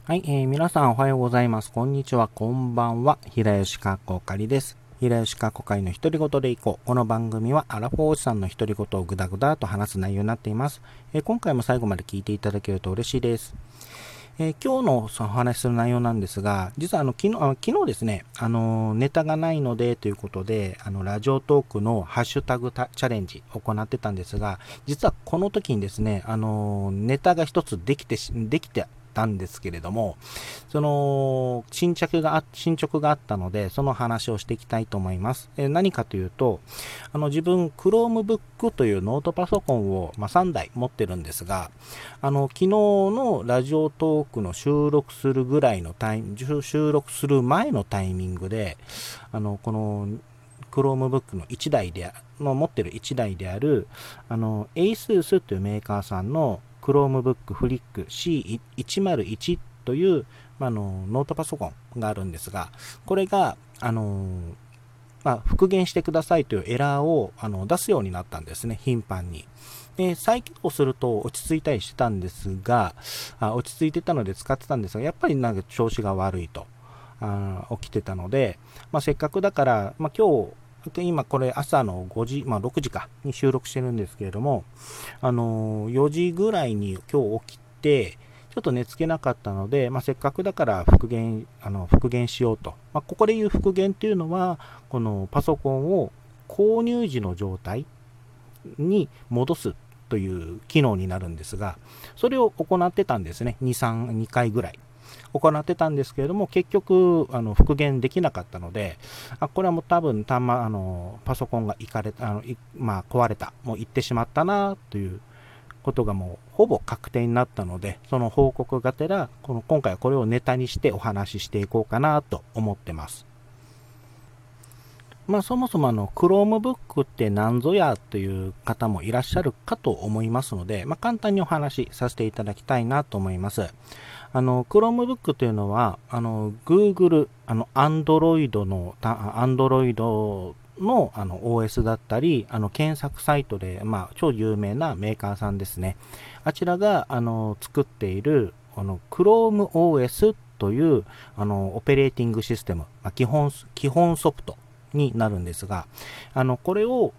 はい、皆さんおはようございます。こんにちは、こんばんは。平吉かっこかりです。平吉かっこかりの独り言でいこう。この番組はアラフォーおじさんの独り言をぐだぐだと話す内容になっています。今回も最後まで聞いていただけると嬉しいです。今日のお話しする内容なんですが、実は昨日ですね、ネタがないのでということで、ラジオトークのハッシュタグチャレンジを行ってたんですが、実はこの時にですね、ネタが一つできてたんですけれども、その進捗があったので、その話をしていきたいと思います。何かというと、自分 Chromebook というノートパソコンを、3台持ってるんですが、昨日のラジオトークの収録する収録する前のタイミングで、この Chromebook の持ってる1台である、ASUS というメーカーさんの Chromebook Flick C101 という、ノートパソコンがあるんですが、これが、復元してくださいというエラーを出すようになったんですね、頻繁に。で、再起動すると落ち着いたりしてたんですが、落ち着いてたので使ってたんですが、やっぱりなんか調子が悪いと起きてたので、せっかくだから、今これ朝の5時、6時かに収録してるんですけれども、4時ぐらいに今日起きて、ちょっと寝つけなかったので、せっかくだから復元しようと。ここでいう復元っていうのは、このパソコンを購入時の状態に戻すという機能になるんですが、それを行ってたんですね。2回ぐらい。行ってたんですけれども、結局、復元できなかったので、これはもう多分、パソコンが壊れた、もう行ってしまったな、ということがもうほぼ確定になったので、その報告がてら、今回はこれをネタにしてお話ししていこうかなと思ってます。そもそもChromebook って何ぞやという方もいらっしゃるかと思いますので、簡単にお話しさせていただきたいなと思います。Chromebook というのは、Google、Android のOS だったり、検索サイトで、超有名なメーカーさんですね。あちらが、作っている、ChromeOS という、オペレーティングシステム、基本ソフトになるんですが、これを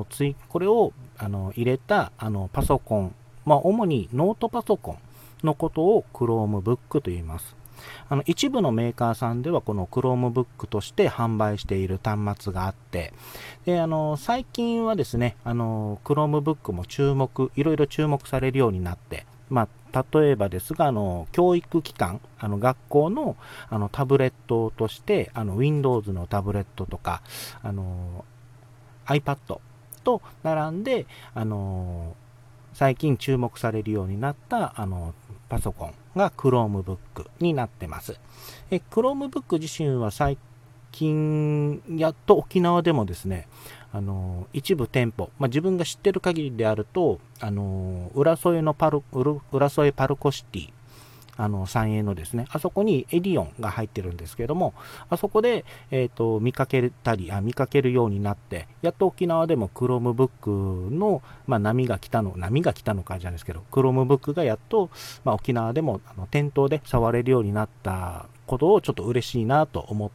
入れた、パソコン、主にノートパソコンのことを Chromebook と言います。一部のメーカーさんではこの Chromebook として販売している端末があって、で、最近はですね、Chromebook もいろいろ注目されるようになって、例えばですが、教育機関、学校の、タブレットとして、Windows のタブレットとか、iPad と並んで、最近注目されるようになった、パソコンが Chromebook になってます。Chromebook 自身は最近、やっと沖縄でもですね、一部店舗、自分が知ってる限りであると、浦添パルコシティ、三栄のですね、あそこにエディオンが入ってるんですけれども、あそこで、見かけるようになって、やっと沖縄でも Chromebook の、波が来たのかじゃないですけど、Chromebook がやっと、沖縄でも店頭で触れるようになったことをちょっと嬉しいなと思って、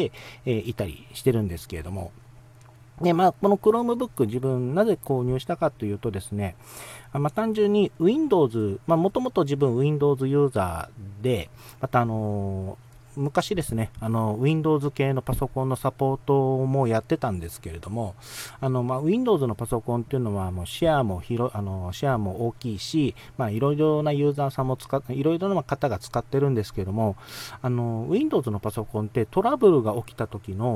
いたりしてるんですけれども、で、この Chromebook 自分なぜ購入したかというとですね、単純に Windows、もともと自分 Windows ユーザーで、また昔ですね、Windows 系のパソコンのサポートもやってたんですけれども、Windows のパソコンっていうのはもうシェアも大きいし、いろいろなユーザーさんもいろいろな方が使ってるんですけれども、Windows のパソコンってトラブルが起きた時に、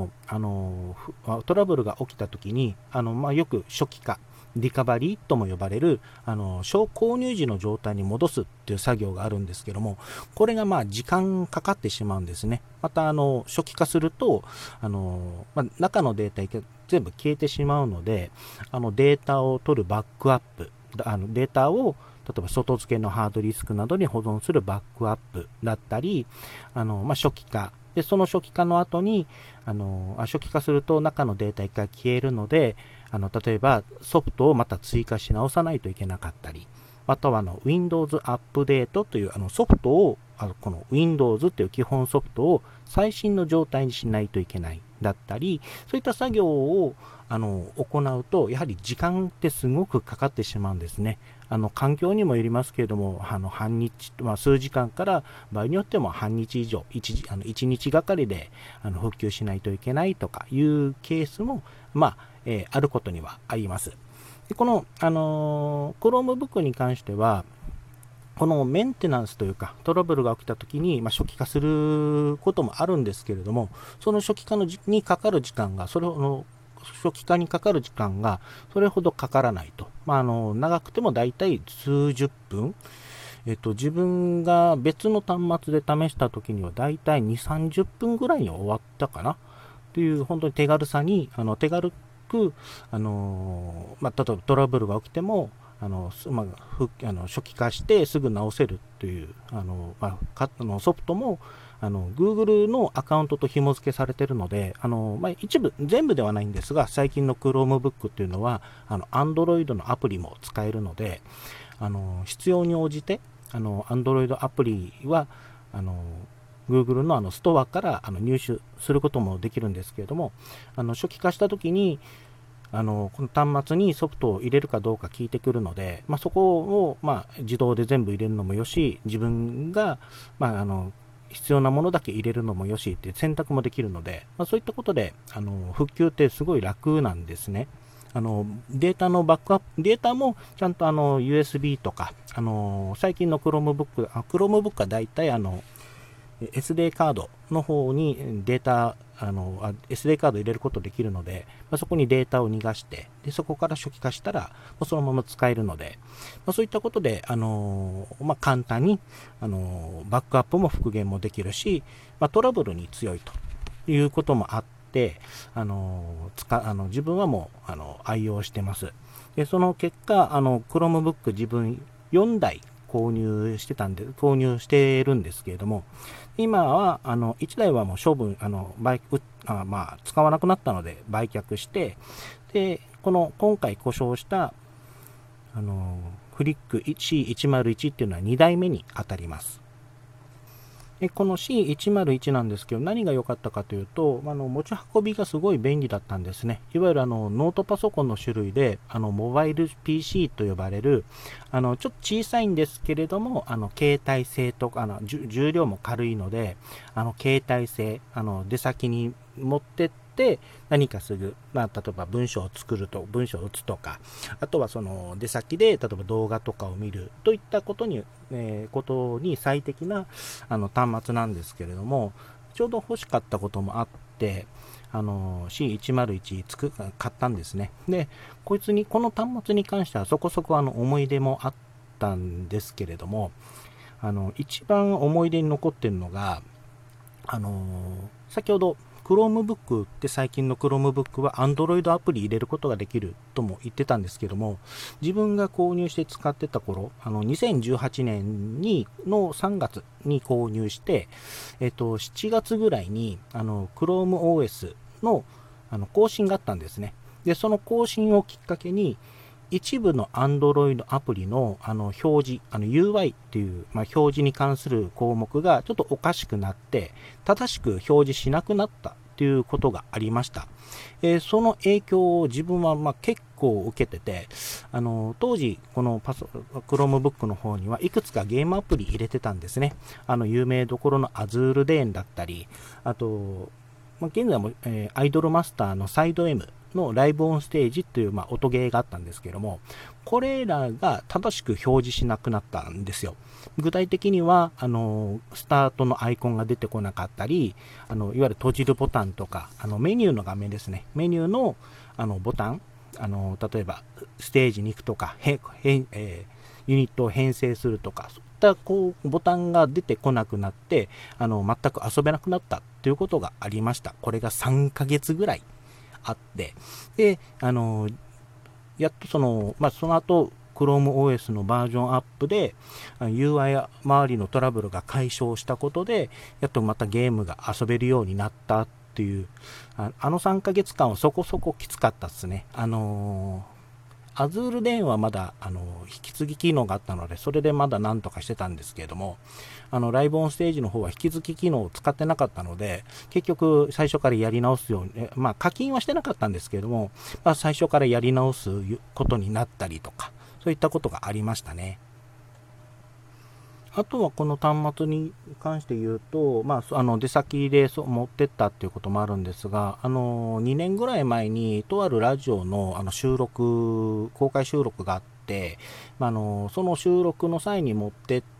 よく初期化、リカバリーとも呼ばれる、購入時の状態に戻すっていう作業があるんですけども、これが時間かかってしまうんですね。また、初期化すると、中のデータ全部消えてしまうので、データを取るバックアップ、データを例えば外付けのハードディスクなどに保存するバックアップだったり、初期化で、その初期化の後に、初期化すると中のデータ一回消えるので、例えばソフトをまた追加し直さないといけなかったり、 またはWindows アップデートというソフトを、この Windows という基本ソフトを最新の状態にしないといけないだったり、そういった作業を行うと、やはり時間ってすごくかかってしまうんですね。環境にもよりますけれども、半日、数時間から場合によっても半日以上、1日がかりで復旧しないといけないとかいうケースも、あることにはあります。でこの、Chromebook に関しては、このメンテナンスというかトラブルが起きたときに、初期化することもあるんですけれども、その初期化にかかる時間が、初期化にかかる時間がそれほどかからないと。長くてもだいたい数十分。自分が別の端末で試したときにはだいたい2、30分ぐらいに終わったかなという、本当に手軽さに、手軽く、例えばトラブルが起きても、初期化してすぐ直せるというソフトもGoogle のアカウントと紐付けされているので、一部、全部ではないんですが、最近の Chromebook っていうのはAndroid のアプリも使えるので、必要に応じてAndroid アプリはGoogle のストアから入手することもできるんですけれども、初期化したときにこの端末にソフトを入れるかどうか聞いてくるので、そこを自動で全部入れるのもよし、自分が必要なものだけ入れるのもよしって選択もできるので、そういったことで復旧ってすごい楽なんですね。データのバックアップ、データもちゃんとUSB とか、最近の Chromebook はだいたいSD カードの方にデータ、SD カード入れることできるので、そこにデータを逃がして、でそこから初期化したらそのまま使えるので、そういったことで、簡単にバックアップも復元もできるし、トラブルに強いということもあって、自分はもう愛用してます。でその結果、Chromebook 自分4台購入してるんですけれども、今は1台はもう処分、使わなくなったので売却して、で今回故障したフリック C101 っていうのは2台目に当たります。この C101 なんですけど、何が良かったかというと、持ち運びがすごい便利だったんですね。いわゆるノートパソコンの種類で、モバイル PC と呼ばれる、ちょっと小さいんですけれども、携帯性とか、重量も軽いので、携帯性、出先に持ってって何かする、例えば文章を打つとか、あとはその出先で例えば動画とかを見るといったことに最適な端末なんですけれども、ちょうど欲しかったこともあって、C101 買ったんですね。で、この端末に関してはそこそこ思い出もあったんですけれども、一番思い出に残っているのが、先ほどChromebook って最近の Chromebook は Android アプリ入れることができるとも言ってたんですけども、自分が購入して使ってた頃、2018年の3月に購入して、7月ぐらいにChrome OS の更新があったんですね。で、その更新をきっかけに、一部の Android アプリの表示、UI っていう、表示に関する項目がちょっとおかしくなって、正しく表示しなくなったということがありました。その影響を自分は結構受けてて、当時このChromebook の方にはいくつかゲームアプリ入れてたんですね。有名どころの Azure Lane だったり、あと、現在も、アイドルマスターのサイド Mのライブオンステージという、音ゲーがあったんですけども、これらが正しく表示しなくなったんですよ。具体的にはスタートのアイコンが出てこなかったり、いわゆる閉じるボタンとかメニューの画面ですね。メニューのボタン、例えばステージに行くとかユニットを編成するとか、そういったボタンが出てこなくなって全く遊べなくなったということがありました。これが3ヶ月ぐらいあって、でやっとその後Chrome OS のバージョンアップで UI 周りのトラブルが解消したことで、やっとまたゲームが遊べるようになったっていう、3ヶ月間はそこそこきつかったですね。 Azure 電はまだ引き継ぎ機能があったので、それでまだなんとかしてたんですけれども、ライブオンステージの方は引き継ぎ機能を使ってなかったので、結局最初からやり直すように、課金はしてなかったんですけれども、最初からやり直すことになったりとか、そういったことがありましたね。あとはこの端末に関して言うと、出先で持ってったっていうこともあるんですが、2年ぐらい前に、とあるラジオの公開収録があって、その収録の際に持ってって、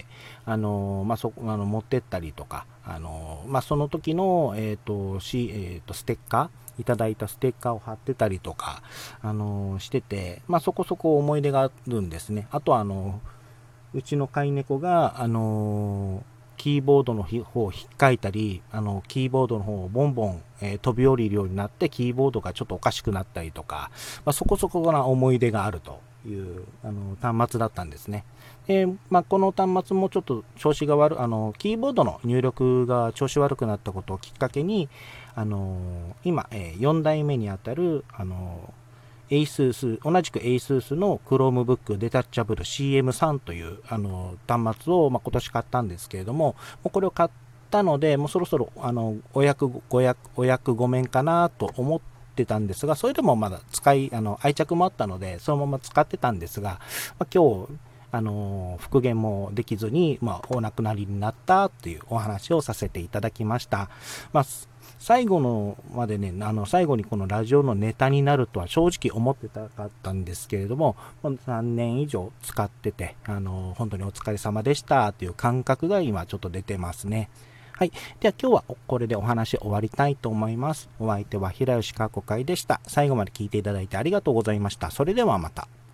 持ってったりとか、その時の、ステッカー、いただいたステッカーを貼ってたりとか、してて、そこそこ思い出があるんですね。あとは、うちの飼い猫が、キーボードの方を引っかいたり、キーボードの方をボンボン、飛び降りるようになって、キーボードがちょっとおかしくなったりとか、そこそこな思い出があるという端末だったんですね。で、この端末もちょっと調子がキーボードの入力が調子悪くなったことをきっかけに、今、4代目にあたる、ASUS、同じく ASUS の Chromebook Detachable CM3 という端末を今年買ったんですけれども、これを買ったので、もうそろそろお役御免かなと思ってたんですが、それでもまだ愛着もあったので、そのまま使ってたんですが、今日、復元もできずに、お亡くなりになったというお話をさせていただきました。最後のまでね、最後にこのラジオのネタになるとは正直思ってたかったんですけれども、3年以上使ってて、本当にお疲れ様でしたという感覚が今ちょっと出てますね。はい。では今日はこれでお話終わりたいと思います。お相手は平吉かこかいでした。最後まで聞いていただいてありがとうございました。それではまた。